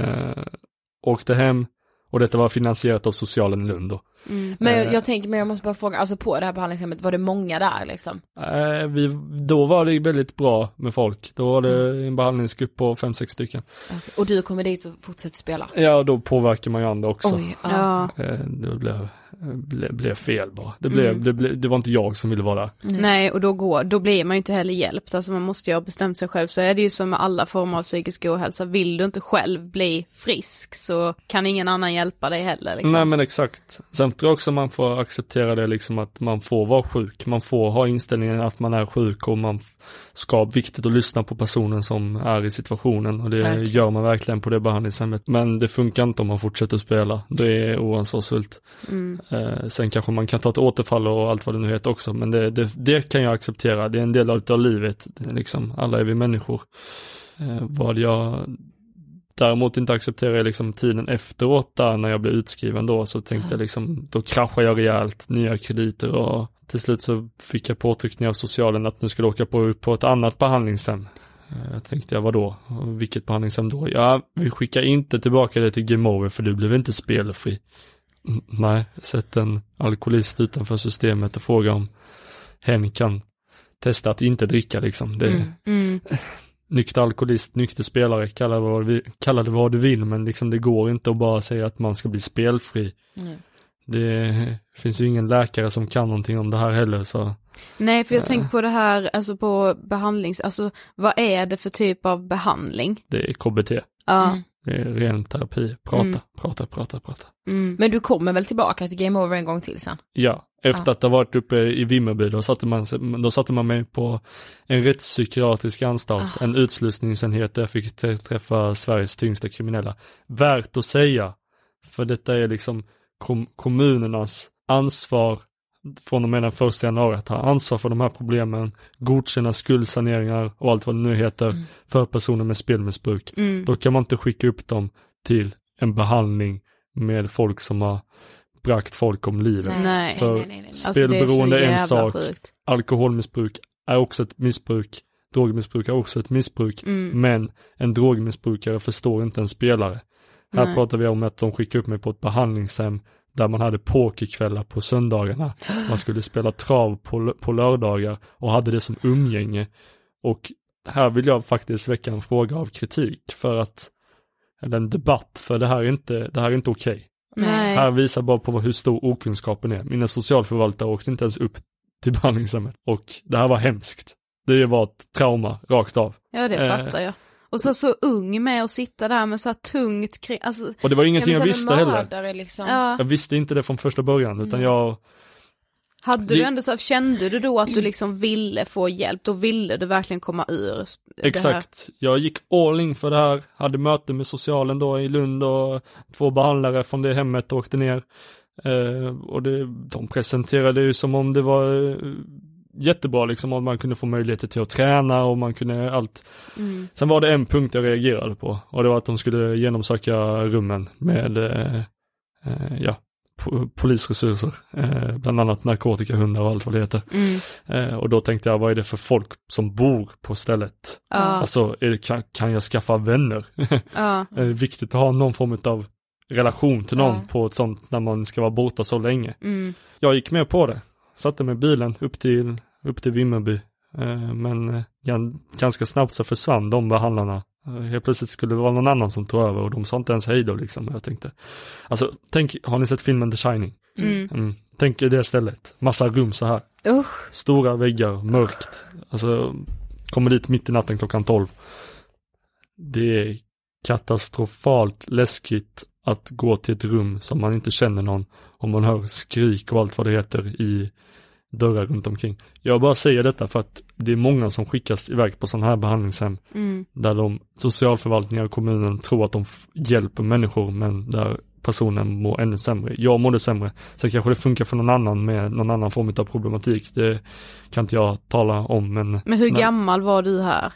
Åkte hem och detta var finansierat av socialen i Lund då. Men jag måste bara fråga, alltså på det här behandlingshemmet, var det många där liksom? Då var det väldigt bra med folk. Då var det en behandlingsgrupp på 5-6 stycken. Okay. Och du kommer dit och fortsätter spela? Ja, då påverkar man ju andra också. Oj, ja. Det blev fel bara. Det var inte jag som ville vara där. Nej, och då blir man ju inte heller hjälpt. Alltså man måste ju ha bestämt sig själv. Så är det ju som med alla former av psykisk ohälsa. Vill du inte själv bli frisk så kan ingen annan hjälpa dig heller. Liksom. Nej, men exakt. Sen tror jag också man får acceptera det liksom, att man får vara sjuk. Man får ha inställningen att man är sjuk och man ska viktigt att lyssna på personen som är i situationen. Och det gör man verkligen på det behandlingshemmet. Men det funkar inte om man fortsätter spela. Det är oansvarsfullt. Sen kanske man kan ta ett återfall och allt vad det nu heter också. Men det kan jag acceptera. Det är en del av livet. Liksom, alla är vi människor. Vad jag däremot inte accepterar är liksom tiden efteråt där när jag blev utskriven då. Så tänkte jag liksom, då kraschade jag rejält, nya krediter och till slut så fick jag påtryckning av socialen att nu skulle åka på ett annat behandlingshem. Jag tänkte, vadå? Vilket behandlingshem då? Ja, vi skickar inte tillbaka det till Game Over för du blev inte spelfri. Nej, sätt en alkoholist utanför systemet och fråga om hen kan testa att inte dricka liksom. nykter alkoholist, nykter spelare, kalla det vad du vill, men liksom det går inte att bara säga att man ska bli spelfri. Det finns ju ingen läkare som kan någonting om det här heller, så. Nej, för jag tänker på det här, alltså på alltså vad är det för typ av behandling? Det är KBT. Ja. Det är ren terapi. Prata. Men du kommer väl tillbaka till Game Over en gång till sen? Ja, efter att ha varit uppe i Vimmerby, då satte man mig på en rättspsykiatrisk anstalt, en utslussningsenhet där jag fick träffa Sveriges tyngsta kriminella. Värt att säga, för detta är liksom kommunernas ansvar från och med den 1 januari att ha ansvar för de här problemen, godkänna skuldsaneringar och allt vad det nu heter för personer med spelmissbruk. Då kan man inte skicka upp dem till en behandling med folk som har bragt folk om livet. Nej. För spelberoende är en sak, sjukt. Alkoholmissbruk är också ett missbruk, drogmissbruk är också ett missbruk, men en drogmissbrukare förstår inte en spelare. Här pratar vi om att de skickar upp mig på ett behandlingshem där man hade pokerkvällar på söndagarna. Man skulle spela trav på lördagar och hade det som umgänge. Och här vill jag faktiskt väcka en fråga av kritik eller en debatt, för det här är inte okej. Nej. Här visar bara på hur stor okunskapen är. Mina socialförvaltare åkte inte ens upp till behandlingshemmet och det här var hemskt. Det var ett trauma rakt av. Ja, det fattar jag. Och så ung med att sitta där med så här tungt kring, alltså, och det var ingenting jag visste heller. Liksom. Ja. Jag visste inte det från första början, utan du ändå kände du då att du liksom ville få hjälp? Då ville du verkligen komma ur Exakt. Det här. Jag gick all in för det här. Hade möte med socialen då i Lund och 2 behandlare från det hemmet åkte ner. Och de presenterade ju som om det var jättebra liksom, om man kunde få möjligheter till att träna och man kunde allt. Sen var det en punkt jag reagerade på, och det var att de skulle genomsöka rummen med polisresurser, bland annat narkotikahundar och allt vad det heter. Och då tänkte jag, vad är det för folk som bor på stället? Alltså, kan jag skaffa vänner? Det är viktigt att ha någon form av relation till någon på ett sånt, när man ska vara borta så länge. Jag gick med på det. Satte med bilen upp till Vimmerby. Men ganska snabbt så försvann de behandlarna. Helt plötsligt skulle det vara någon annan som tog över och de sa inte ens hej då liksom. Jag tänkte, alltså har ni sett filmen The Shining? Tänk i det stället. Massa rum så här. Stora väggar, mörkt. Alltså, kommer dit mitt i natten klockan 12. Det är katastrofalt läskigt att gå till ett rum som man inte känner någon, om man hör skrik och allt vad det heter i dörrar runt omkring. Jag bara säger detta för att det är många som skickas iväg på sådana här behandlingshem där socialförvaltningar och kommunen tror att de hjälper människor, men där personen mår ännu sämre. Jag mådde sämre. Så kanske det funkar för någon annan med någon annan form av problematik. Det kan inte jag tala om. Men hur gammal var du här?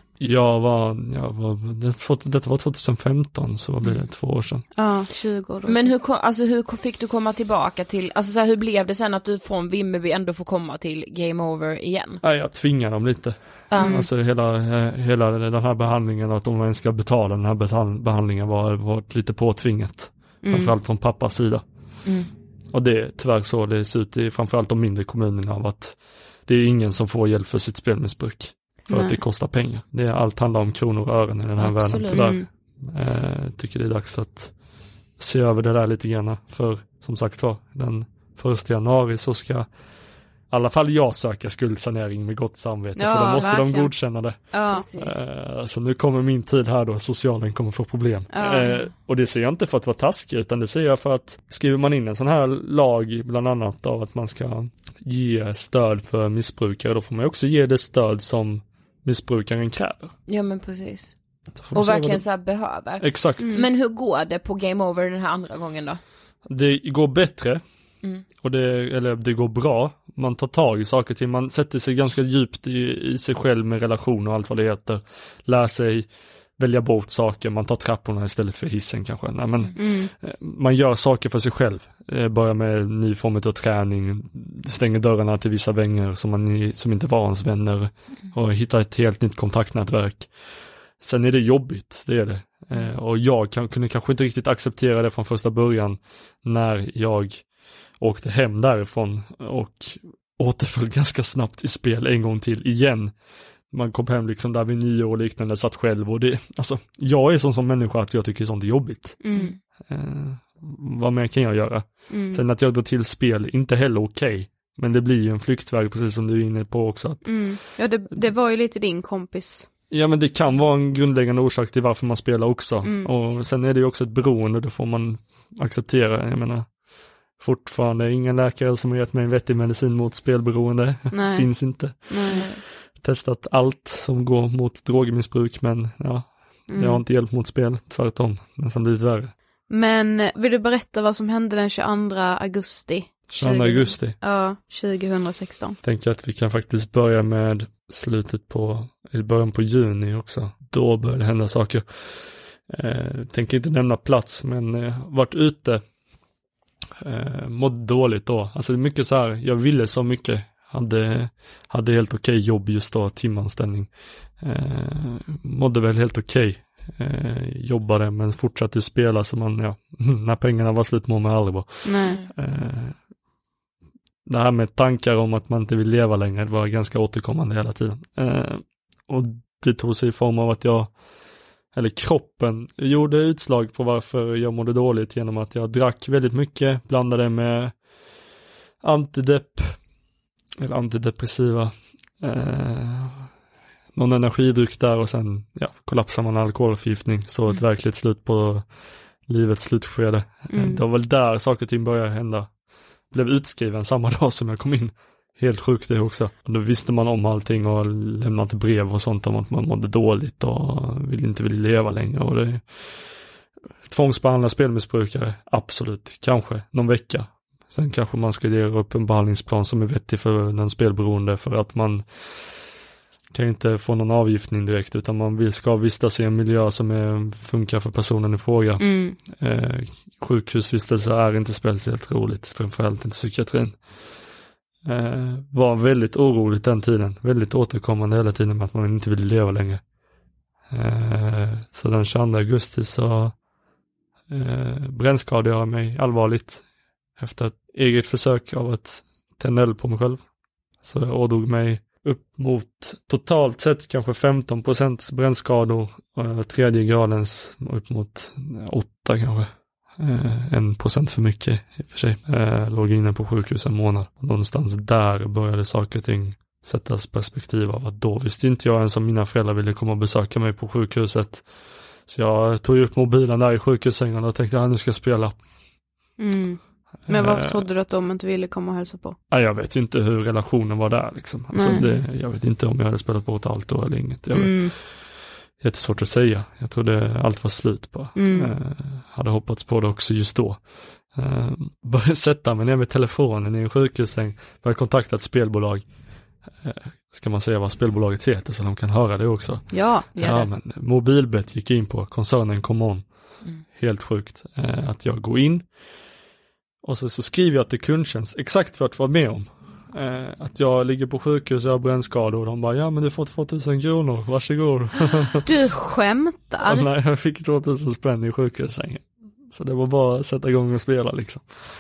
Detta var 2015, så blev det 2 år sedan. Ja, 20 år. Men hur fick du komma tillbaka till, alltså så här, hur blev det sen att du från Vimmerby ändå får komma till Game Over igen? Nej, jag tvingar dem lite. Alltså hela den här behandlingen, att de ens ska betala den här behandlingen var lite påtvingat. Framförallt från pappas sida. Och det är tyvärr så det ser ut i framförallt de mindre kommunerna, av att det är ingen som får hjälp för sitt spelmissbruk. För att det kostar pengar. Allt handlar om kronor och ören i den här världen, tyvärr. Tycker det är dags att se över det där lite grann. För som sagt var, den 1 januari så ska i alla fall jag söka skuldsanering med gott samvete. För då måste de godkänna det. Så nu kommer min tid här då socialen kommer få problem. Och det ser jag inte för att vara taskig, utan det ser jag för att skriver man in en sån här lag bland annat av att man ska ge stöd för missbrukare, då får man också ge det stöd som missbrukaren kräver. Ja, men precis. Och verkligen så här behöver. Exakt. Men hur går det på Game Over den här andra gången då? Det går bättre. Och det går bra. Man tar tag i saker till. Man sätter sig ganska djupt i sig själv med relation och allt vad det heter. Lär sig välja bort saker. Man tar trapporna istället för hissen kanske. Nej, men man gör saker för sig själv. Börjar med en ny form av träning. Stänger dörrarna till vissa vänner som inte var ens vänner. Och hittar ett helt nytt kontaktnätverk. Sen är det jobbigt, det är det. Och jag kunde kanske inte riktigt acceptera det från första början när jag åkte hem därifrån och återföll ganska snabbt i spel en gång till igen. man kom hem liksom där vid 9 år liknande, satt själv och det, alltså jag är sån som människa att jag tycker sånt är jobbigt. Vad mer kan jag göra? Sen att jag går till spel, inte heller okej. Men det blir ju en flyktväg precis som du är inne på också. Att, ja, det var ju lite din kompis. Ja, men det kan vara en grundläggande orsak till varför man spelar också. Och sen är det ju också ett beroende, det får man acceptera. Jag menar, fortfarande ingen läkare som har gett mig en vettig medicin mot spelberoende. Finns inte. Testat allt som går mot drogmissbruk, men ja, det har inte hjälpt mot spel. Tvärtom, nästan blivit värre. Men vill du berätta vad som hände den 22 augusti? 22 augusti? Ja, 2016. Tänker att vi kan faktiskt börja med början på juni också. Då började det hända saker. Tänker inte nämna plats, men varit ute. Mådde dåligt då. Alltså det är mycket så här, jag ville så mycket. Hade helt okej jobb just då, timanställning. Mådde väl helt okej. Jobbade men fortsatte spela så man, när pengarna var slut må man aldrig vara. Det här med tankar om att man inte vill leva längre, det var ganska återkommande hela tiden. Och det tog sig i form av att kroppen gjorde utslag på varför jag mådde dåligt genom att jag drack väldigt mycket, blandade med antidepressiva, någon energidryck där och sen kollapsar man alkoholförgiftning, så ett verkligt slut på livets slutskede. Det var väl där saker och ting började hända. Blev utskriven samma dag som jag kom in. Helt sjukt det också. Och då visste man om allting och lämnade brev och sånt om att man mådde dåligt och inte ville leva längre. Och det tvångsbehandla spelmissbrukare, absolut, kanske någon vecka. Sen kanske man ska göra upp en behandlingsplan som är vettig för den spelberoende, för att man kan inte få någon avgiftning direkt, utan man ska vistas i en miljö som funkar för personen i fråga. Sjukhusvistelse är inte speciellt roligt, framförallt inte psykiatrin. Var väldigt orolig den tiden, väldigt återkommande hela tiden med att man inte ville leva längre. Så den 22 augusti så brännskadade jag mig allvarligt efter ett eget försök av att tända eld på mig själv. Så jag ådrog mig upp mot totalt sett kanske 15% brännskador, tredje gradens upp mot 8 kanske. 1% för mycket i och för sig. Låg inne på sjukhus en månad. Någonstans där började saker och ting sättas perspektiv av att då visste inte jag ens om mina föräldrar ville komma och besöka mig på sjukhuset. Så jag tog upp mobilen där i sjukhussängen och tänkte att nu ska jag spela. Men varför trodde du att de inte ville komma och hälsa på? Jag vet inte hur relationen var där liksom. Alltså jag vet inte om jag hade spelat bort allt då eller inget. Jättesvårt att säga. Jag trodde allt var slut på. Hade hoppats på det också just då. Började sätta mig ner med telefonen i en sjukhussäng. Började kontakta ett spelbolag. Ska man säga vad spelbolaget heter så de kan höra det också? Ja, men Mobilbet gick in på koncernen Common. Helt sjukt. Att jag går in och så skriver jag till kundtjänst exakt för att vara med om. Att jag ligger på sjukhus och jag har brännskador och de bara, men du får 2000 kronor, varsågod. Du skämtar? Nej, jag fick 2000 spänn i sjukhussängen. Så det var bara att sätta igång och spela liksom.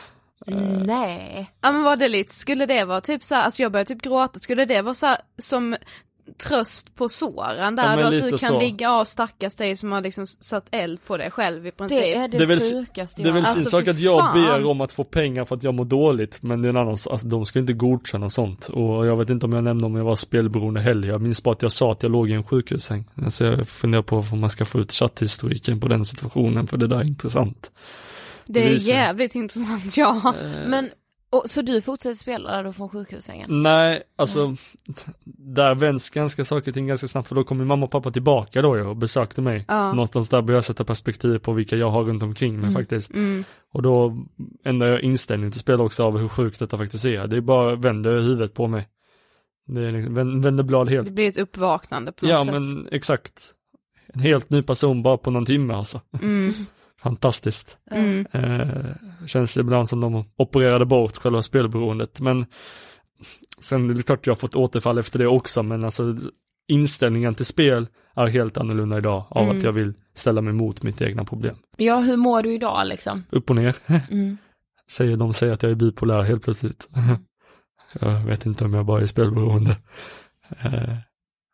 Nej. Ja, men var det lite, skulle det vara typ så här, alltså jag började typ gråta, skulle det vara så här, som tröst på såren där, då att du kan så ligga av stackars dig som har liksom satt eld på dig själv i princip. Det är det sjukaste. Det är väl sin sak att jag ber om att få pengar för att jag mår dåligt, men det är en annan, alltså, de ska inte godkänna sånt. Och jag vet inte om jag nämnde om jag var spelberoende heller. Jag minns bara att jag sa att jag låg i en sjukhussäng. Alltså jag funderar på om man ska få ut chatthistoriken på den situationen, för det där är intressant. Det är jävligt intressant, ja. Men så du fortsätter spela där då från sjukhussängen? Nej, alltså där vänds ganska saker och ting ganska snabbt, för då kom min mamma och pappa tillbaka då och besökte mig. Någonstans där började jag sätta perspektiv på vilka jag har runt omkring mig faktiskt. Och då ändrar jag inställning till spel också av hur sjukt detta faktiskt är. Det är bara vänder huvudet på mig. Det är liksom, vänder blad helt. Det blir ett uppvaknande på något sätt. Ja, men exakt. En helt ny person bara på någon timme alltså. Fantastiskt. Känns det ibland som de opererade bort själva spelberoendet. Men sen är det klart jag har fått återfall efter det också. Men alltså inställningen till spel är helt annorlunda idag av att jag vill ställa mig mot mitt egna problem. Ja, hur mår du idag liksom? Upp och ner. De säger att jag är bipolär helt plötsligt. Jag vet inte om jag bara är spelberoende.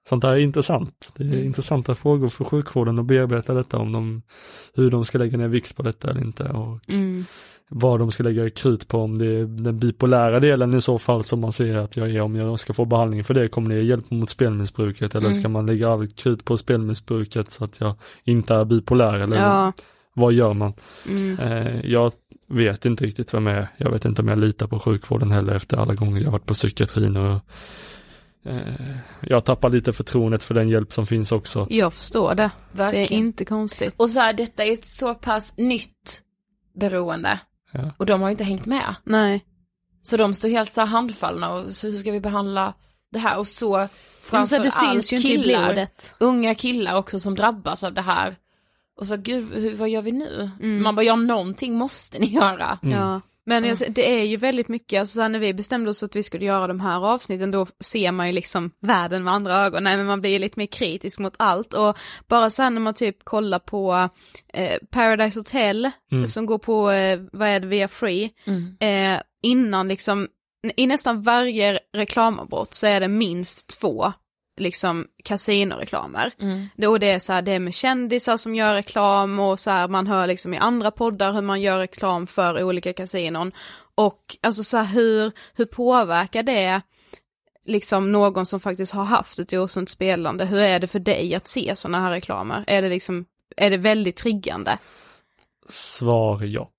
sånt där är intressant. Det är intressanta frågor för sjukvården att bearbeta detta, om hur de ska lägga ner vikt på detta eller inte, och vad de ska lägga krut på, om det är den bipolära delen i så fall som man ser att jag är, om jag ska få behandling för det, kommer det hjälpa mot spelmissbruket, eller ska man lägga all krut på spelmissbruket så att jag inte är bipolär, eller vad gör man? Jag vet inte riktigt vem jag är. Jag vet inte om jag litar på sjukvården heller efter alla gånger jag varit på psykiatrin, och jag tappar lite förtroendet för den hjälp som finns också. Jag förstår det. Verkligen. Det är inte konstigt. Och så här, detta är ett så pass nytt beroende. Ja. Och de har ju inte hängt med. Nej. Så de står helt så här handfallna, och så hur ska vi behandla det här? Och så framför det syns ju inte i blodet. Unga killar också som drabbas av det här. Och så gud, vad gör vi nu? Man bara, någonting måste ni göra. Ja. Men det är ju väldigt mycket, alltså, så här, när vi bestämde oss att vi skulle göra de här avsnitten, då ser man ju liksom världen med andra ögon. Nej, men man blir lite mer kritisk mot allt. Och bara så här när man typ kollar på Paradise Hotel som går på, vad är det, via Free, innan liksom, i nästan varje reklamavbrott så är det minst 2 liksom kasinoreklamer. Och det är så här, det är med kändisar som gör reklam, och så här, man hör liksom i andra poddar hur man gör reklam för olika kasinon. Och alltså så här, hur påverkar det liksom någon som faktiskt har haft ett osunt spelande? Hur är det för dig att se såna här reklamer? Är det väldigt triggande? Svar ja.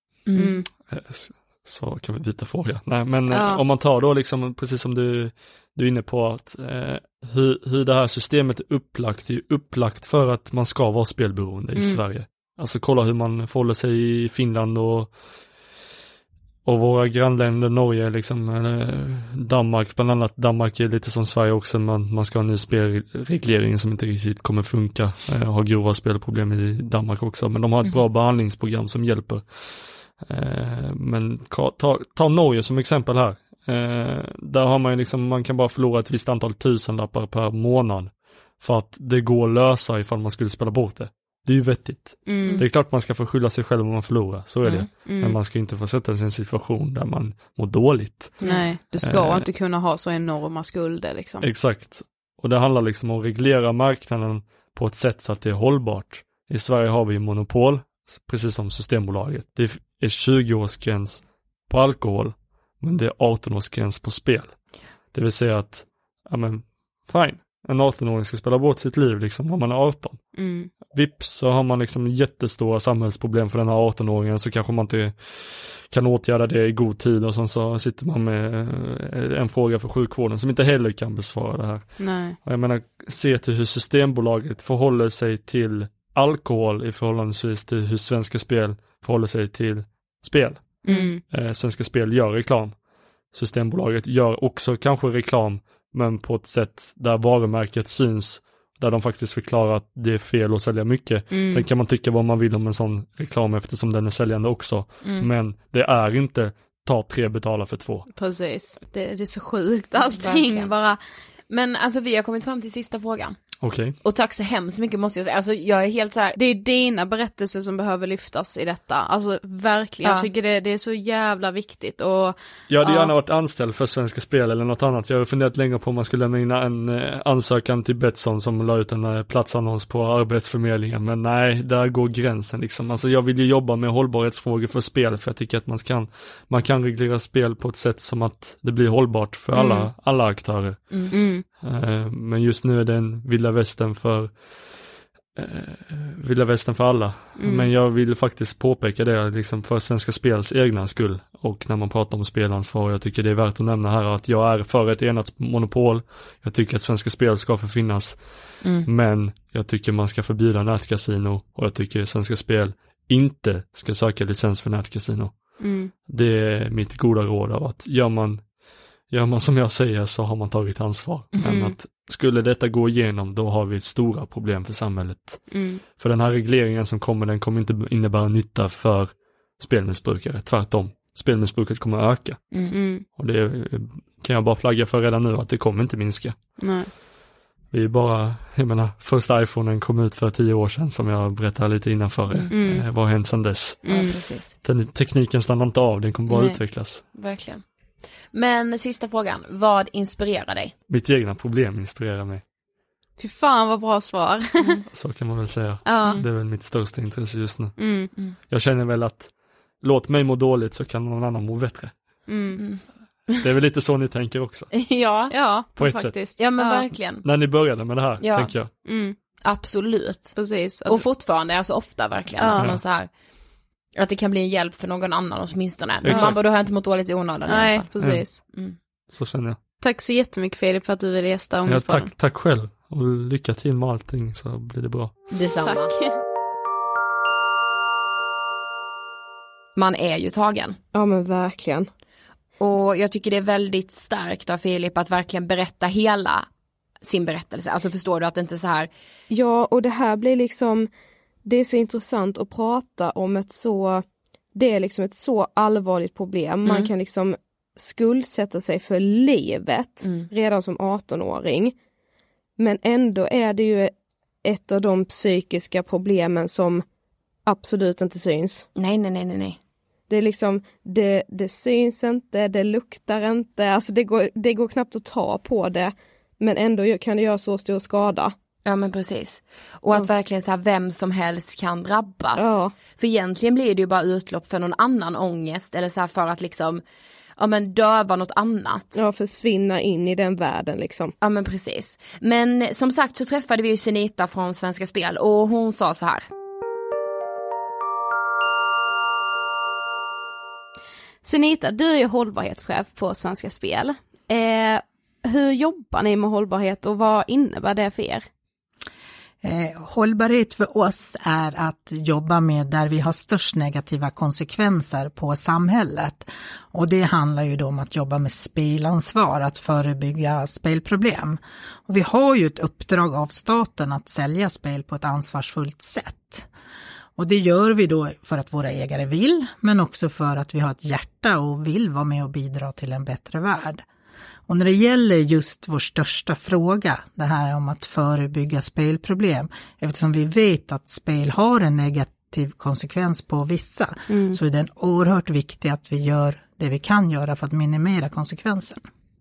Så kan vi byta fråga. Nej, men om man tar då liksom, precis som du är inne på, att hur det här systemet är upplagt för att man ska vara spelberoende i Sverige. Alltså kolla hur man förhåller sig i Finland och våra grannländer, Norge liksom, Danmark bland annat. Danmark är lite som Sverige också, man ska ha en ny spelreglering som inte riktigt kommer funka. Har grova spelproblem i Danmark också, men de har ett bra behandlingsprogram som hjälper. Men ta Norge som exempel här. Där har man ju liksom, man kan bara förlora ett visst antal tusenlappar per månad för att det går att lösa ifall man skulle spela bort det. Det är ju vettigt. Det är klart man ska få skylla sig själv om man förlorar, så är det. Men man ska inte få sätta sig i en situation där man mår dåligt. Nej, du ska inte kunna ha så enorma skulder liksom. Exakt. Och det handlar liksom om att reglera marknaden på ett sätt så att det är hållbart. I Sverige har vi monopol, precis som Systembolaget. Det är 20-årsgräns på alkohol, men det är 18-årsgräns på spel. Det vill säga att, ja men, fine. En 18-åring ska spela bort sitt liv liksom när man är 18. Vips så har man liksom jättestora samhällsproblem för den här 18-åringen, så kanske man inte kan åtgärda det i god tid, och så sitter man med en fråga för sjukvården som inte heller kan besvara det här. Nej. Och jag menar, se till hur Systembolaget förhåller sig till alkohol i förhållandevis till hur Svenska Spel förhåller sig till spel. Svenska Spel gör reklam. Systembolaget gör också kanske reklam, men på ett sätt där varumärket syns, där de faktiskt förklarar att det är fel att sälja mycket. Sen kan man tycka vad man vill om en sån reklam eftersom den är säljande också. Men det är inte ta 3 betala för 2. Precis, det är så sjukt allting bara. Men alltså vi har kommit fram till sista frågan. Okej. Och tack så hemskt mycket måste jag säga. Alltså jag är helt så här. Det är dina berättelser som behöver lyftas i detta. Alltså verkligen, jag tycker det är så jävla viktigt. Och jag hade gärna varit anställd för Svenska Spel eller något annat. Jag har funderat länge på om man skulle lämna en ansökan till Betsson som la ut en platsannons på Arbetsförmedlingen. Men nej, där går gränsen liksom. Alltså jag vill ju jobba med hållbarhetsfrågor för spel, för jag tycker att man kan reglera spel på ett sätt som att det blir hållbart för alla aktörer. Men just nu är det en vilda västern för alla. Men jag vill faktiskt påpeka det liksom för Svenska Spels egna skull, och när man pratar om spelansvar, jag tycker det är värt att nämna här att jag är för ett enat monopol. Jag tycker att Svenska Spel ska förfinnas, men jag tycker man ska förbjuda nätkasino, och jag tycker Svenska Spel inte ska söka licens för nätkasino. Det är mitt goda råd, av att gör man som jag säger så har man tagit ansvar. Men att skulle detta gå igenom, då har vi ett stora problem för samhället. För den här regleringen som kommer, den kommer inte innebära nytta för spelmissbrukare. Tvärtom, spelmissbruket kommer att öka. Och det kan jag bara flagga för redan nu, att det kommer inte minska. Nej. Vi är bara, första iPhonen kom ut för 10 år sedan, som jag berättade lite innanför. Vad har hänt sedan dess? Precis. Tekniken stannar inte av, den kommer bara utvecklas. Verkligen. Men sista frågan, vad inspirerar dig? Mitt egna problem inspirerar mig. Fy fan vad bra svar. Så kan man väl säga. Ja. Det är väl mitt största intresse just nu. Mm. Jag känner väl att låt mig må dåligt så kan någon annan må bättre. Mm. Det är väl lite så ni tänker också. Ja, på ett faktiskt. sätt. Ja, men verkligen. När ni började med det här, tänker jag. Mm. Absolut. Precis. Och fortfarande, alltså ofta verkligen. Ja. Att man så här, att det kan bli en hjälp för någon annan åtminstone. Exakt. Man bara, då har jag inte mått dåligt i onödan. Nej, precis. Så känner jag. Tack så jättemycket Filip för att du ville gästa Ångestpodden. Tack själv. Och lycka till med allting så blir det bra. Detsamma. Tack. Man är ju tagen. Ja men verkligen. Och jag tycker det är väldigt starkt av Filip att verkligen berätta hela sin berättelse. Alltså förstår du att det inte är så här. Ja, och det här blir liksom, det är så intressant att prata om det är liksom ett så allvarligt problem. Man kan liksom skuldsätta sig för livet redan som 18-åring. Men ändå är det ju ett av de psykiska problemen som absolut inte syns. Nej. Det är liksom, det syns inte, det luktar inte, alltså det går knappt att ta på det. Men ändå kan det göra så stor skada. Ja men precis. Och att verkligen så här, vem som helst kan drabbas. Ja. För egentligen blir det ju bara utlopp för någon annan ångest. Eller så här för att liksom, ja men döva något annat. Ja, försvinna in i den världen liksom. Ja men precis. Men som sagt så träffade vi ju Senita från Svenska Spel. Och hon sa så här. Senita, du är ju hållbarhetschef på Svenska Spel. Hur jobbar ni med hållbarhet och vad innebär det för er? Hållbarhet för oss är att jobba med där vi har störst negativa konsekvenser på samhället. Och det handlar ju då om att jobba med spelansvar, att förebygga spelproblem. Och vi har ju ett uppdrag av staten att sälja spel på ett ansvarsfullt sätt. Och det gör vi då för att våra ägare vill, men också för att vi har ett hjärta och vill vara med och bidra till en bättre värld. Och när det gäller just vår största fråga, det här om att förebygga spelproblem, eftersom vi vet att spel har en negativ konsekvens på vissa, så är det oerhört viktigt att vi gör det vi kan göra för att minimera konsekvensen.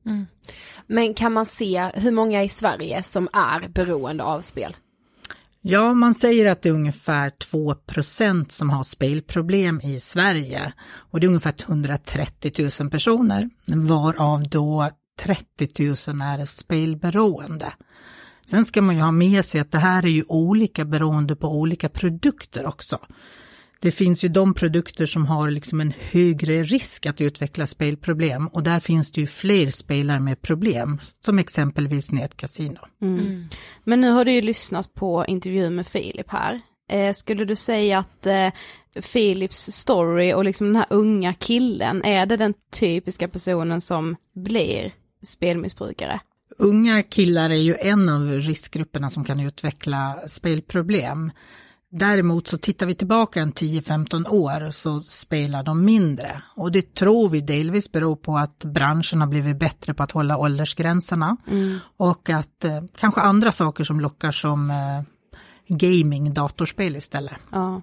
Men kan man se hur många i Sverige som är beroende av spel? Ja, man säger att det är ungefär 2% som har spelproblem i Sverige. Och det är ungefär 130 000 personer, varav då 30 000 är spelberoende. Sen ska man ju ha med sig att det här är ju olika beroende på olika produkter också. Det finns ju de produkter som har liksom en högre risk att utveckla spelproblem, och där finns det ju fler spelare med problem, som exempelvis nätcasino. Men nu har du ju lyssnat på intervjun med Filip här. Skulle du säga att Filips story och liksom den här unga killen, är det den typiska personen som blir spelmissbrukare? Unga killar är ju en av riskgrupperna som kan utveckla spelproblem. Däremot så tittar vi tillbaka en 10-15 år så spelar de mindre. Och det tror vi delvis beror på att branschen har blivit bättre på att hålla åldersgränserna. Och att kanske andra saker som lockar som gaming, datorspel istället. Ja.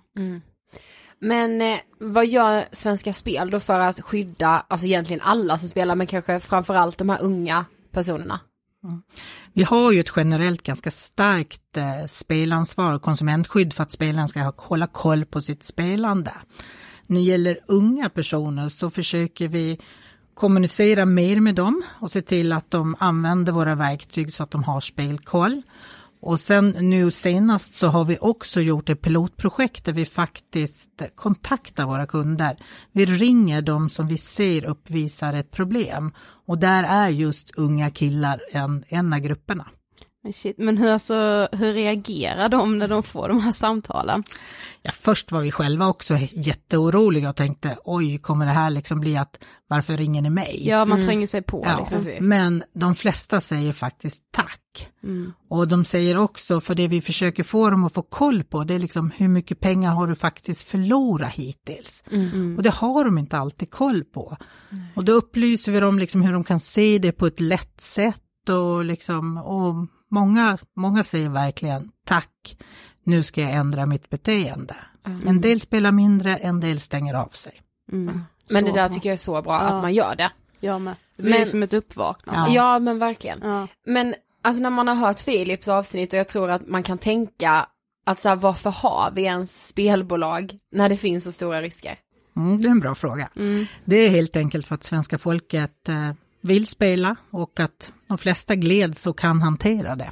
Men vad gör Svenska Spel då för att skydda, alltså egentligen alla som spelar, men kanske framförallt de här unga personerna? Vi har ju ett generellt ganska starkt spelansvar och konsumentskydd för att spelaren ska hålla koll på sitt spelande. När det gäller unga personer så försöker vi kommunicera mer med dem och se till att de använder våra verktyg så att de har spelkoll. Och sen nu senast så har vi också gjort ett pilotprojekt där vi faktiskt kontaktar våra kunder. Vi ringer dem som vi ser uppvisar ett problem, och där är just unga killar en av grupperna. Men hur reagerar de när de får de här samtalen? Ja, först var vi själva också jätteoroliga och tänkte, oj, kommer det här liksom bli att, varför ringer ni mig? Ja, man tränger sig på. Ja, liksom. Men de flesta säger faktiskt tack. Och de säger också, för det vi försöker få dem att få koll på, det är liksom hur mycket pengar har du faktiskt förlorat hittills. Och det har de inte alltid koll på. Och då upplyser vi dem liksom hur de kan se det på ett lätt sätt, och liksom, och många säger verkligen tack, nu ska jag ändra mitt beteende. En del spelar mindre, en del stänger av sig. Men det där tycker jag är så bra att man gör det. Ja, men det blir som ett uppvaknande. Ja men verkligen. Men Alltså när man har hört Philips avsnitt och jag tror att man kan tänka att så här, varför har vi ens spelbolag när det finns så stora risker? Det är en bra fråga. Det är helt enkelt för att svenska folket vill spela och att de flesta gleds och kan hantera det.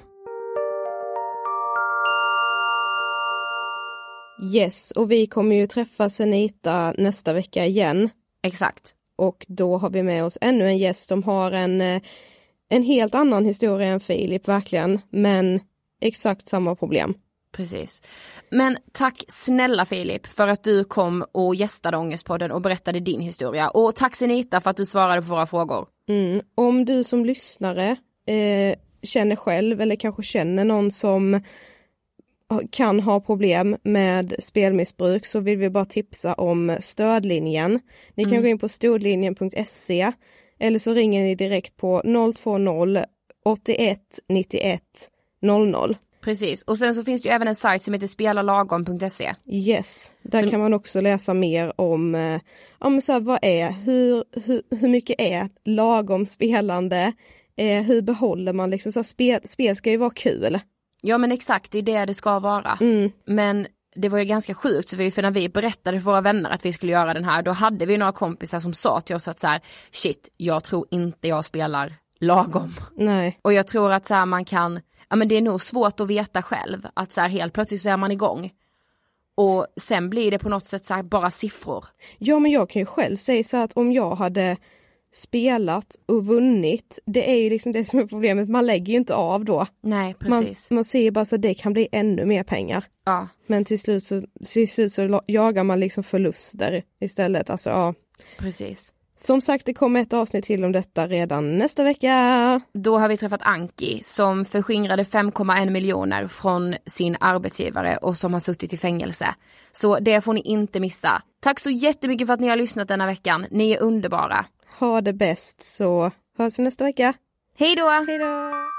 Yes, och vi kommer ju träffa Senita nästa vecka igen. Exakt. Och då har vi med oss ännu en gäst som har en helt annan historia än Filip, verkligen. Men exakt samma problem. Precis. Men tack snälla Filip för att du kom och gästade Ångestpodden och berättade din historia. Och tack Senita för att du svarade på våra frågor. Om du som lyssnare känner själv eller kanske känner någon som kan ha problem med spelmissbruk, så vill vi bara tipsa om stödlinjen. Ni kan gå in på stödlinjen.se eller så ringer ni direkt på 020 81 91 00. Precis, och sen så finns det ju även en sajt som heter spelarlagom.se. Yes, där kan man också läsa mer om så här, vad är, hur mycket är lagom spelande, hur behåller man liksom, så här, spel ska ju vara kul. Ja men exakt, det är det ska vara. Men det var ju ganska sjukt, för när vi berättade för våra vänner att vi skulle göra den här, då hade vi några kompisar som sa till oss att så här, shit, jag tror inte jag spelar lagom. Nej. Och jag tror att så här, man kan, ja men det är nog svårt att veta själv, att så här, helt plötsligt så är man igång. Och sen blir det på något sätt så här, bara siffror. Ja men jag kan ju själv säga så att om jag hade spelat och vunnit, det är ju liksom det som är problemet, man lägger ju inte av då. Nej, precis. Man ser bara så att det kan bli ännu mer pengar. Ja. Men till slut så jagar man liksom förluster istället. Alltså ja. Precis. Som sagt, det kommer ett avsnitt till om detta redan nästa vecka. Då har vi träffat Anki som förskingrade 5,1 miljoner från sin arbetsgivare och som har suttit i fängelse. Så det får ni inte missa. Tack så jättemycket för att ni har lyssnat denna veckan. Ni är underbara. Ha det bäst, så hörs vi nästa vecka. Hej då! Hej då!